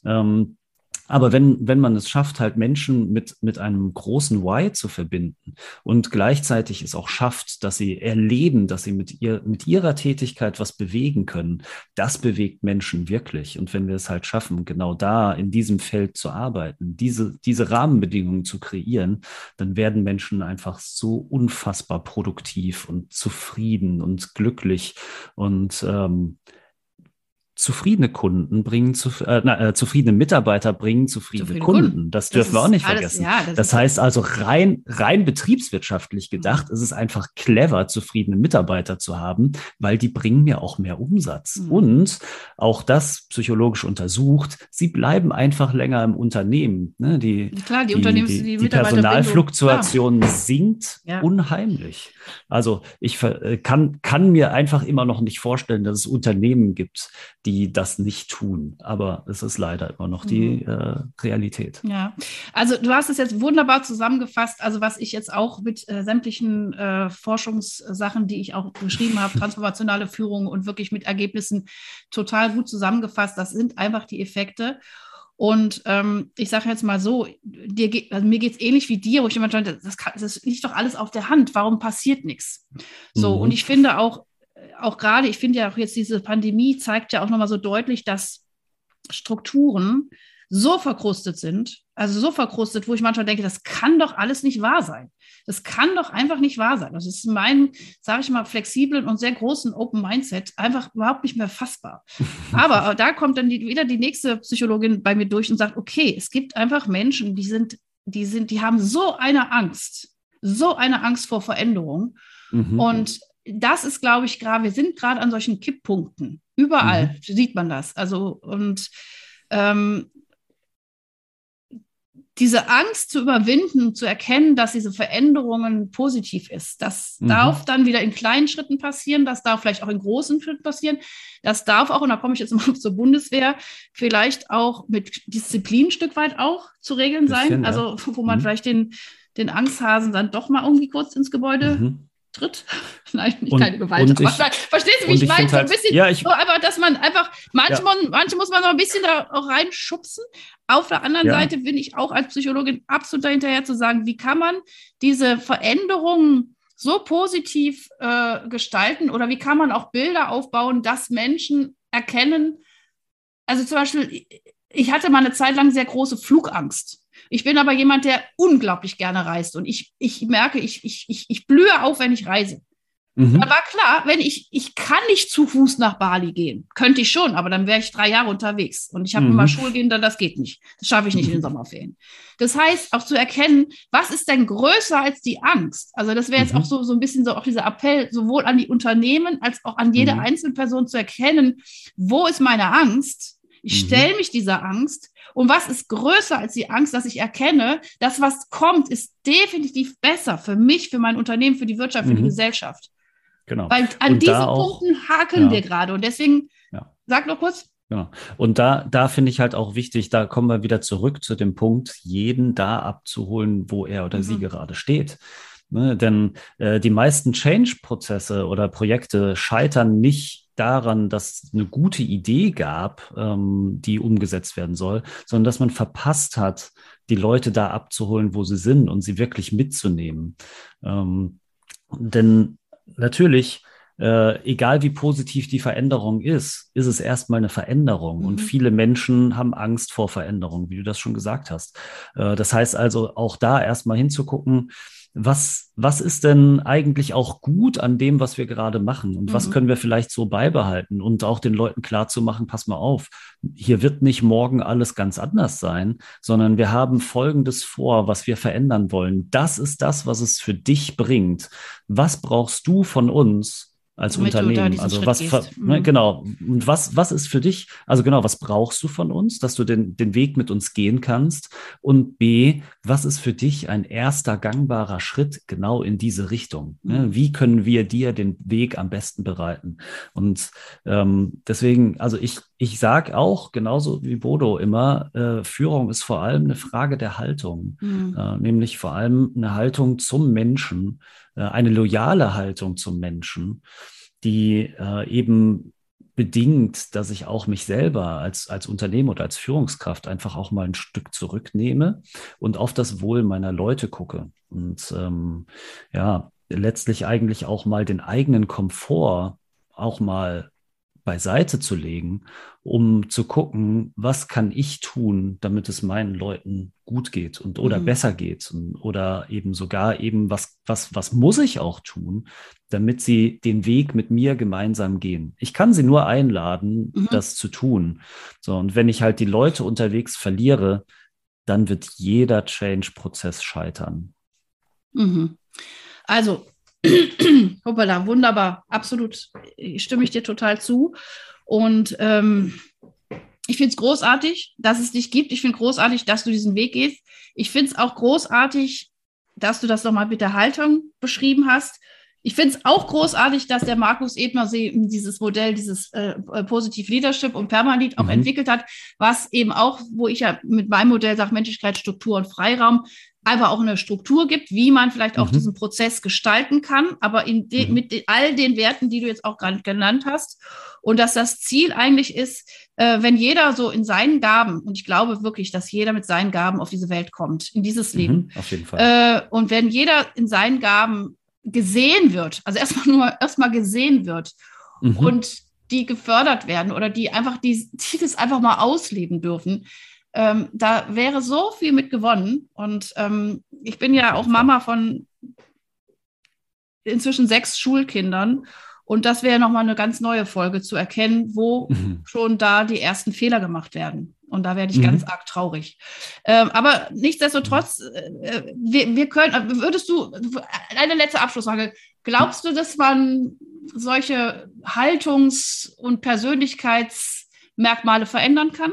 Aber wenn man es schafft, halt Menschen mit einem großen Why zu verbinden und gleichzeitig es auch schafft, dass sie erleben, dass sie mit ihrer Tätigkeit was bewegen können, das bewegt Menschen wirklich. Und wenn wir es halt schaffen, genau da in diesem Feld zu arbeiten, diese Rahmenbedingungen zu kreieren, dann werden Menschen einfach so unfassbar produktiv und zufrieden und glücklich und zufriedene Kunden bringen zufriedene Mitarbeiter bringen zufriedene Kunden. Das dürfen wir auch nicht vergessen. Ja, das heißt also rein betriebswirtschaftlich gedacht, ist es einfach clever, zufriedene Mitarbeiter zu haben, weil die bringen mir auch mehr Umsatz. Und auch das psychologisch untersucht, sie bleiben einfach länger im Unternehmen. Ne? Die Personalfluktuation sinkt unheimlich. Also ich kann mir einfach immer noch nicht vorstellen, dass es Unternehmen gibt, die das nicht tun. Aber es ist leider immer noch die Realität. Ja, also du hast es jetzt wunderbar zusammengefasst. Also was ich jetzt auch mit sämtlichen Forschungssachen, die ich auch beschrieben habe, transformationale Führung und wirklich mit Ergebnissen total gut zusammengefasst, das sind einfach die Effekte. Und ich sage jetzt mal so, mir geht es ähnlich wie dir, wo ich immer denke, das liegt doch alles auf der Hand. Warum passiert nichts? So, und ich finde auch gerade, ich finde ja auch jetzt diese Pandemie zeigt ja auch nochmal so deutlich, dass Strukturen so verkrustet sind, also so verkrustet, wo ich manchmal denke, das kann doch alles nicht wahr sein. Das kann doch einfach nicht wahr sein. Das ist mein, sage ich mal, flexiblen und sehr großen Open Mindset einfach überhaupt nicht mehr fassbar. Aber da kommt dann wieder die nächste Psychologin bei mir durch und sagt, okay, es gibt einfach Menschen, die haben so eine Angst vor Veränderung. Und das ist, glaube ich, wir sind gerade an solchen Kipppunkten. Überall sieht man das. Also, und diese Angst zu überwinden, zu erkennen, dass diese Veränderungen positiv ist, das darf dann wieder in kleinen Schritten passieren, das darf vielleicht auch in großen Schritten passieren, das darf auch, und da komme ich jetzt mal zur Bundeswehr, vielleicht auch mit Disziplin ein Stück weit auch zu regeln sein, also wo man vielleicht den Angsthasen dann doch mal irgendwie kurz ins Gebäude tritt. Nein, keine Gewalt. Aber verstehst du, wie ich meine? So ein bisschen, so einfach, dass man einfach, manche muss man noch ein bisschen da auch reinschubsen. Auf der anderen Seite bin ich auch als Psychologin absolut dahinterher zu sagen, wie kann man diese Veränderungen so positiv gestalten oder wie kann man auch Bilder aufbauen, dass Menschen erkennen, also zum Beispiel, ich hatte mal eine Zeit lang sehr große Flugangst. Ich bin aber jemand, der unglaublich gerne reist und ich merke, ich blühe auf, wenn ich reise. Da war klar, ich kann nicht zu Fuß nach Bali gehen. Könnte ich schon, aber dann wäre ich 3 Jahre unterwegs. Und ich habe immer Schulkinder, das geht nicht. Das schaffe ich nicht in den Sommerferien. Das heißt, auch zu erkennen, was ist denn größer als die Angst? Also das wäre jetzt auch so ein bisschen so auch dieser Appell, sowohl an die Unternehmen als auch an jede einzelne Person zu erkennen, wo ist meine Angst? Ich stelle mich dieser Angst. Und was ist größer als die Angst, dass ich erkenne, dass was kommt, ist definitiv besser für mich, für mein Unternehmen, für die Wirtschaft, für die Gesellschaft. Genau. Weil an diesen Punkten hakeln wir gerade. Und deswegen, sag noch kurz. Genau. Und da finde ich halt auch wichtig, da kommen wir wieder zurück zu dem Punkt, jeden da abzuholen, wo er oder sie gerade steht. Ne? Denn die meisten Change-Prozesse oder Projekte scheitern nicht daran, dass es eine gute Idee gab, die umgesetzt werden soll, sondern dass man verpasst hat, die Leute da abzuholen, wo sie sind und sie wirklich mitzunehmen. Denn natürlich egal wie positiv die Veränderung ist es erstmal eine Veränderung. Und viele Menschen haben Angst vor Veränderung, wie du das schon gesagt hast. Das heißt also auch da erstmal hinzugucken, was ist denn eigentlich auch gut an dem, was wir gerade machen und was können wir vielleicht so beibehalten und auch den Leuten klarzumachen, pass mal auf, hier wird nicht morgen alles ganz anders sein, sondern wir haben Folgendes vor, was wir verändern wollen. Das ist das, was es für dich bringt. Was brauchst du von uns als damit Unternehmen? Also genau. Und was ist für dich, also genau, was brauchst du von uns, dass du den Weg mit uns gehen kannst? Und B, was ist für dich ein erster gangbarer Schritt genau in diese Richtung? Wie können wir dir den Weg am besten bereiten? Und deswegen, also ich sage auch, genauso wie Bodo immer, Führung ist vor allem eine Frage der Haltung, nämlich vor allem eine Haltung zum Menschen, eine loyale Haltung zum Menschen, die eben bedingt, dass ich auch mich selber als Unternehmer oder als Führungskraft einfach auch mal ein Stück zurücknehme und auf das Wohl meiner Leute gucke. Und letztlich eigentlich auch mal den eigenen Komfort auch mal beiseite zu legen, um zu gucken, was kann ich tun, damit es meinen Leuten gut geht und oder besser geht oder eben sogar eben was muss ich auch tun, damit sie den Weg mit mir gemeinsam gehen. Ich kann sie nur einladen, das zu tun. So, und wenn ich halt die Leute unterwegs verliere, dann wird jeder Change-Prozess scheitern. Also hoppala, wunderbar, absolut, stimme ich dir total zu. Und ich finde es großartig, dass es dich gibt. Ich finde großartig, dass du diesen Weg gehst. Ich finde es auch großartig, dass du das nochmal mit der Haltung beschrieben hast. Ich finde es auch großartig, dass der Markus Ebnersee dieses Modell, dieses Positive Leadership und Permalit auch entwickelt hat, was eben auch, wo ich ja mit meinem Modell sage, Menschlichkeit, Struktur und Freiraum, einfach auch eine Struktur gibt, wie man vielleicht auch diesen Prozess gestalten kann, aber mit all den Werten, die du jetzt auch gerade genannt hast. Und dass das Ziel eigentlich ist, wenn jeder so in seinen Gaben, und ich glaube wirklich, dass jeder mit seinen Gaben auf diese Welt kommt, in dieses Leben. Auf jeden Fall. Und wenn jeder in seinen Gaben gesehen wird, also erstmal gesehen wird und die gefördert werden oder die das einfach mal ausleben dürfen, da wäre so viel mit gewonnen. Und ich bin ja auch Mama von inzwischen 6 Schulkindern. Und das wäre nochmal eine ganz neue Folge zu erkennen, wo schon da die ersten Fehler gemacht werden. Und da werde ich ganz arg traurig. Aber nichtsdestotrotz, wir können, würdest du, eine letzte Abschlussfrage, glaubst du, dass man solche Haltungs- und Persönlichkeitsmerkmale verändern kann?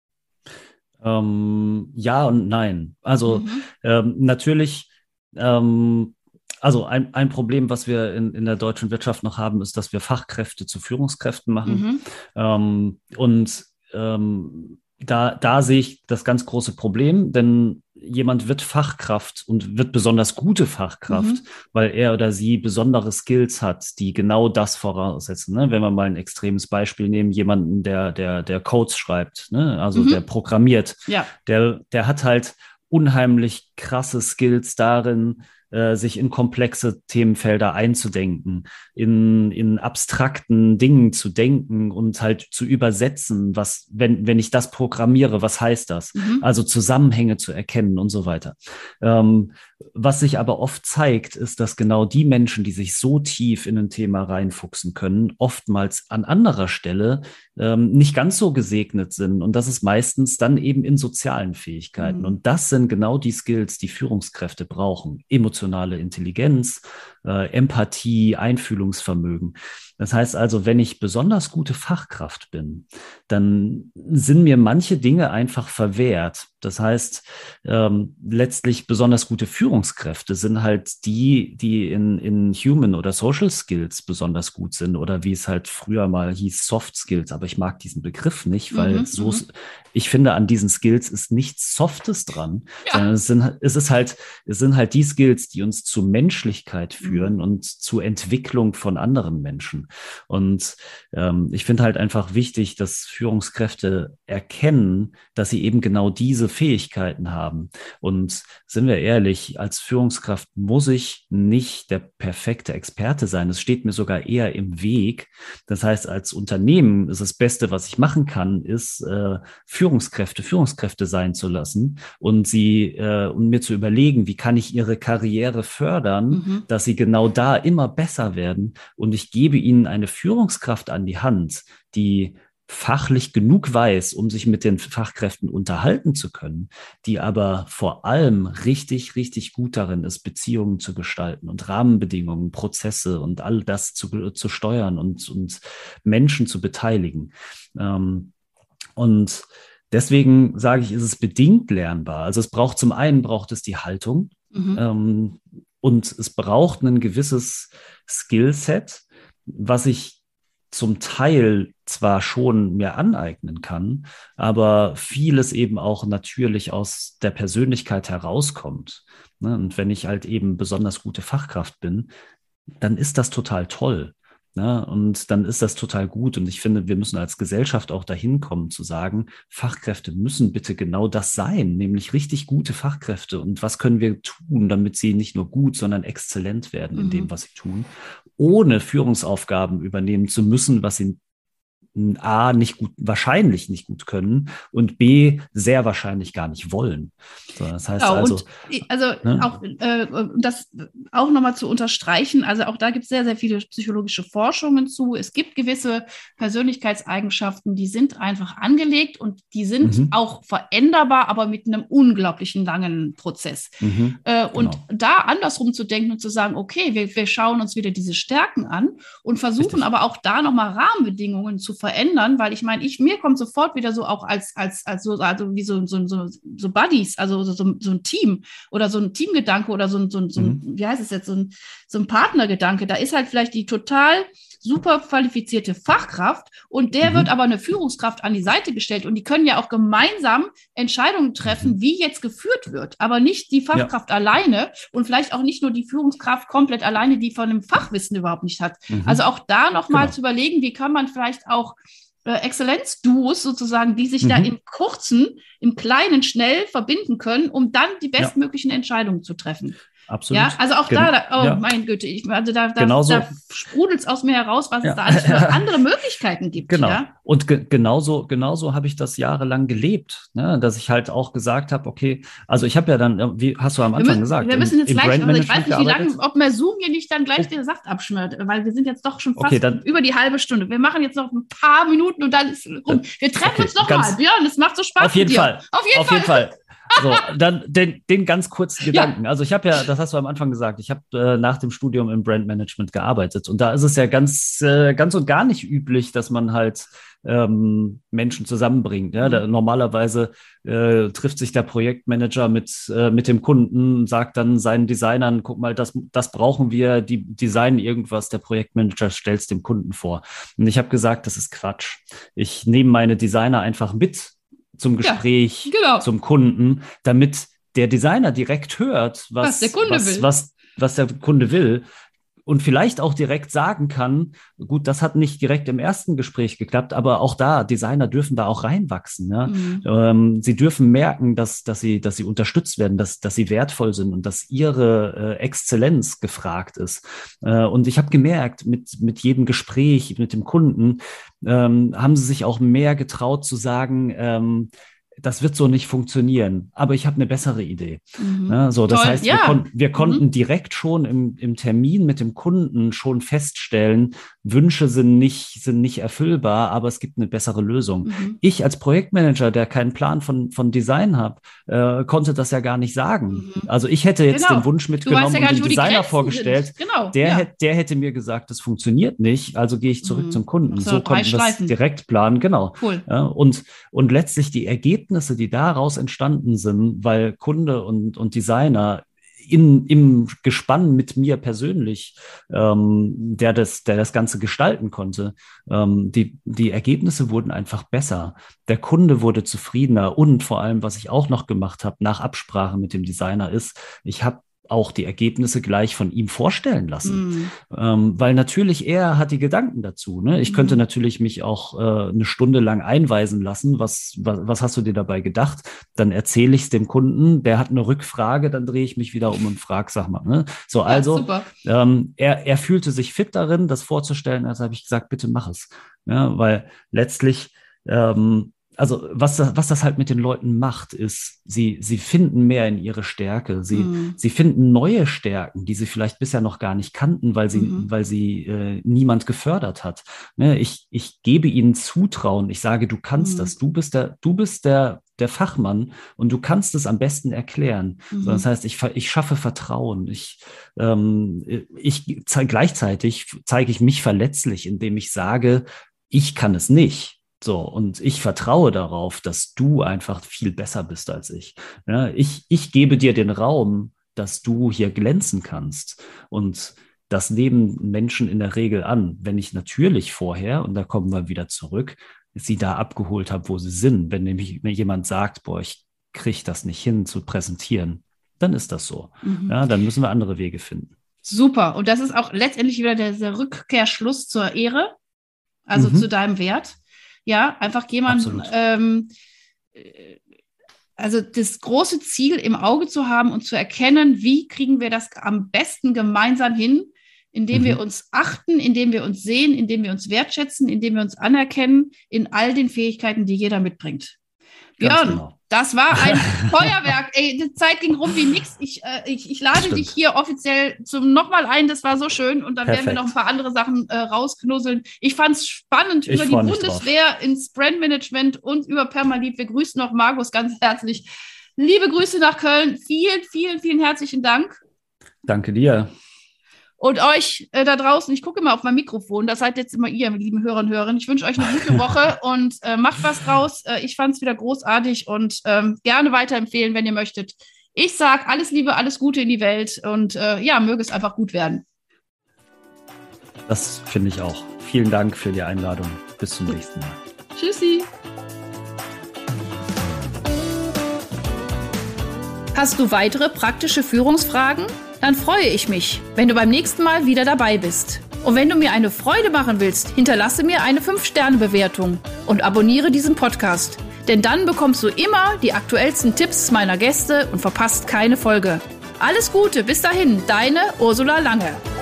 Ja und nein. Also natürlich, also ein Problem, was wir in der deutschen Wirtschaft noch haben, ist, dass wir Fachkräfte zu Führungskräften machen. Da sehe ich das ganz große Problem, denn jemand wird Fachkraft und wird besonders gute Fachkraft, weil er oder sie besondere Skills hat, die genau das voraussetzen. Ne? Wenn wir mal ein extremes Beispiel nehmen, jemanden, der Codes schreibt, ne? Also der programmiert, der hat halt unheimlich krasse Skills darin, sich in komplexe Themenfelder einzudenken, in abstrakten Dingen zu denken und halt zu übersetzen, was, wenn ich das programmiere, was heißt das? Also Zusammenhänge zu erkennen und so weiter. Was sich aber oft zeigt, ist, dass genau die Menschen, die sich so tief in ein Thema reinfuchsen können, oftmals an anderer Stelle nicht ganz so gesegnet sind. Und das ist meistens dann eben in sozialen Fähigkeiten. Und das sind genau die Skills, die Führungskräfte brauchen. Emotionale Intelligenz, Empathie, Einfühlungsvermögen. Das heißt also, wenn ich besonders gute Fachkraft bin, dann sind mir manche Dinge einfach verwehrt. Das heißt, letztlich besonders gute Führungskräfte sind halt die in Human oder Social Skills besonders gut sind oder wie es halt früher mal hieß, Soft Skills. Aber ich mag diesen Begriff nicht, weil ich finde, an diesen Skills ist nichts Softes dran, sondern es sind halt die Skills, die uns zu Menschlichkeit führen. führen und zur Entwicklung von anderen Menschen. Und ich finde halt einfach wichtig, dass Führungskräfte erkennen, dass sie eben genau diese Fähigkeiten haben. Und sind wir ehrlich, als Führungskraft muss ich nicht der perfekte Experte sein. Es steht mir sogar eher im Weg. Das heißt, als Unternehmen ist das Beste, was ich machen kann, ist Führungskräfte sein zu lassen und und mir zu überlegen, wie kann ich ihre Karriere fördern, dass sie genau da immer besser werden. Und ich gebe ihnen eine Führungskraft an die Hand, die fachlich genug weiß, um sich mit den Fachkräften unterhalten zu können, die aber vor allem richtig, richtig gut darin ist, Beziehungen zu gestalten und Rahmenbedingungen, Prozesse und all das zu steuern und Menschen zu beteiligen. Und deswegen sage ich, ist es bedingt lernbar. Also zum einen braucht es die Haltung, und es braucht ein gewisses Skillset, was ich zum Teil zwar schon mir aneignen kann, aber vieles eben auch natürlich aus der Persönlichkeit herauskommt. Und wenn ich halt eben besonders gute Fachkraft bin, dann ist das total toll. Und dann ist das total gut. Und ich finde, wir müssen als Gesellschaft auch dahin kommen zu sagen, Fachkräfte müssen bitte genau das sein, nämlich richtig gute Fachkräfte. Und was können wir tun, damit sie nicht nur gut, sondern exzellent werden in dem, was sie tun, ohne Führungsaufgaben übernehmen zu müssen, was sie A, wahrscheinlich nicht gut können und B, sehr wahrscheinlich gar nicht wollen. So, das heißt das auch nochmal zu unterstreichen, also auch da gibt es sehr, sehr viele psychologische Forschungen zu. Es gibt gewisse Persönlichkeitseigenschaften, die sind einfach angelegt und die sind auch veränderbar, aber mit einem unglaublichen langen Prozess. Und da andersrum zu denken und zu sagen, okay, wir schauen uns wieder diese Stärken an und versuchen aber auch da nochmal Rahmenbedingungen zu verändern, weil ich meine, mir kommt sofort wieder so auch als wie so Buddies, also so ein Team oder so ein Teamgedanke oder wie heißt es jetzt, so ein Partnergedanke. Da ist halt vielleicht die total super qualifizierte Fachkraft und der wird aber eine Führungskraft an die Seite gestellt und die können ja auch gemeinsam Entscheidungen treffen, wie jetzt geführt wird, aber nicht die Fachkraft alleine und vielleicht auch nicht nur die Führungskraft komplett alleine, die von dem Fachwissen überhaupt nicht hat. Also auch da nochmal zu überlegen, wie kann man vielleicht auch Exzellenzduos sozusagen, die sich da im Kleinen schnell verbinden können, um dann die bestmöglichen Entscheidungen zu treffen. Absolut. Ja, also auch mein Güte, da sprudelt es aus mir heraus, was es da alles für andere Möglichkeiten gibt. Genau. Ja? Und genauso habe ich das jahrelang gelebt, ne? Dass ich halt auch gesagt habe, okay, also ich habe ja dann, wie hast du am Anfang gesagt, wir müssen jetzt gleich, also ich weiß nicht, wie lange, ob mehr Zoom hier nicht dann gleich den Saft abschmört, weil wir sind jetzt doch schon fast über die halbe Stunde. Wir machen jetzt noch ein paar Minuten und dann ist rum. Wir treffen uns noch mal, Björn, es macht so Spaß. Auf jeden Fall. So, dann den ganz kurzen Gedanken. Ja. Also ich habe ja, das hast du am Anfang gesagt, ich habe nach dem Studium im Brandmanagement gearbeitet und da ist es ja ganz und gar nicht üblich, dass man halt Menschen zusammenbringt. Ja? Normalerweise trifft sich der Projektmanager mit dem Kunden, sagt dann seinen Designern, guck mal, das brauchen wir, die designen irgendwas, der Projektmanager stellt es dem Kunden vor. Und ich habe gesagt, das ist Quatsch. Ich nehme meine Designer einfach mit zum Gespräch, zum Kunden, damit der Designer direkt hört, was der Kunde will und vielleicht auch direkt sagen kann, gut, das hat nicht direkt im ersten Gespräch geklappt, aber auch da, Designer dürfen da auch reinwachsen. Ja? Sie dürfen merken, dass sie unterstützt werden, dass sie wertvoll sind und dass ihre Exzellenz gefragt ist. Und ich habe gemerkt, mit jedem Gespräch mit dem Kunden haben sie sich auch mehr getraut zu sagen, das wird so nicht funktionieren, aber ich habe eine bessere Idee. Ja, so, das heißt, wir konnten direkt schon im Termin mit dem Kunden schon feststellen, Wünsche sind nicht erfüllbar, aber es gibt eine bessere Lösung. Ich als Projektmanager, der keinen Plan von Design habe, konnte das ja gar nicht sagen. Also ich hätte jetzt den Wunsch mitgenommen und den Designer vorgestellt. Der hätte mir gesagt, das funktioniert nicht, also gehe ich zurück zum Kunden. So konnten wir das direkt planen, genau. Cool. Ja, und letztlich die Ergebnisse, die daraus entstanden sind, weil Kunde und Designer im Gespann mit mir persönlich, der das Ganze gestalten konnte, die Ergebnisse wurden einfach besser. Der Kunde wurde zufriedener und vor allem, was ich auch noch gemacht habe, nach Absprache mit dem Designer ist, ich habe auch die Ergebnisse gleich von ihm vorstellen lassen. Weil natürlich er hat die Gedanken dazu. Ne? Ich könnte natürlich mich auch eine Stunde lang einweisen lassen. Was hast du dir dabei gedacht? Dann erzähle ich es dem Kunden, der hat eine Rückfrage, dann drehe ich mich wieder um und frage, sag mal. Ne? So, also er fühlte sich fit darin, das vorzustellen, also habe ich gesagt, bitte mach es. Ja, weil letztlich also was das halt mit den Leuten macht, ist, sie finden mehr in ihre Stärke. Sie finden neue Stärken, die sie vielleicht bisher noch gar nicht kannten, weil sie niemand gefördert hat. Ne, ich gebe ihnen Zutrauen. Ich sage, du kannst das. Du bist der Fachmann und du kannst es am besten erklären. So, das heißt, ich schaffe Vertrauen. Gleichzeitig zeige ich mich verletzlich, indem ich sage, ich kann es nicht. So, und ich vertraue darauf, dass du einfach viel besser bist als ich. Ja, ich gebe dir den Raum, dass du hier glänzen kannst. Und das nehmen Menschen in der Regel an. Wenn ich natürlich vorher, und da kommen wir wieder zurück, sie da abgeholt habe, wo sie sind. Wenn nämlich mir jemand sagt, boah, ich kriege das nicht hin zu präsentieren, dann ist das so. Ja, dann müssen wir andere Wege finden. Super. Und das ist auch letztendlich wieder der Rückkehrschluss zur Ehre, also zu deinem Wert. Ja, einfach jemanden, also das große Ziel im Auge zu haben und zu erkennen, wie kriegen wir das am besten gemeinsam hin, indem wir uns achten, indem wir uns sehen, indem wir uns wertschätzen, indem wir uns anerkennen in all den Fähigkeiten, die jeder mitbringt. Björn, genau. Das war ein Feuerwerk. Ey, die Zeit ging rum wie nix. Ich lade dich hier offiziell nochmal ein. Das war so schön. Und dann werden wir noch ein paar andere Sachen rausknusseln. Ich fand es spannend über die Bundeswehr ins Brandmanagement und über Permalit. Wir grüßen noch Markus ganz herzlich. Liebe Grüße nach Köln. Vielen, vielen, vielen herzlichen Dank. Danke dir. Und euch da draußen, ich gucke immer auf mein Mikrofon, das seid jetzt immer ihr, lieben Hörer und Hörerinnen. Ich wünsche euch eine gute Woche und macht was draus. Ich fand es wieder großartig und gerne weiterempfehlen, wenn ihr möchtet. Ich sage alles Liebe, alles Gute in die Welt und möge es einfach gut werden. Das finde ich auch. Vielen Dank für die Einladung. Bis zum nächsten Mal. Tschüssi. Hast du weitere praktische Führungsfragen? Dann freue ich mich, wenn du beim nächsten Mal wieder dabei bist. Und wenn du mir eine Freude machen willst, hinterlasse mir eine 5-Sterne-Bewertung und abonniere diesen Podcast. Denn dann bekommst du immer die aktuellsten Tipps meiner Gäste und verpasst keine Folge. Alles Gute, bis dahin, deine Ursula Lange.